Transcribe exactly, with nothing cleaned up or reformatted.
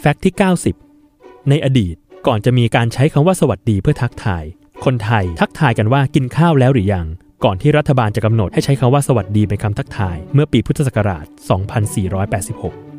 แฟกต์ที่เก้าสิบในอดีตก่อนจะมีการใช้คำว่าสวัสดีเพื่อทักทายคนไทยทักทายกันว่ากินข้าวแล้วหรือยังก่อนที่รัฐบาลจะกำหนดให้ใช้คำว่าสวัสดีเป็นคำทักทายเมื่อปีพุทธศักราชสองพันสี่ร้อยแปดสิบหก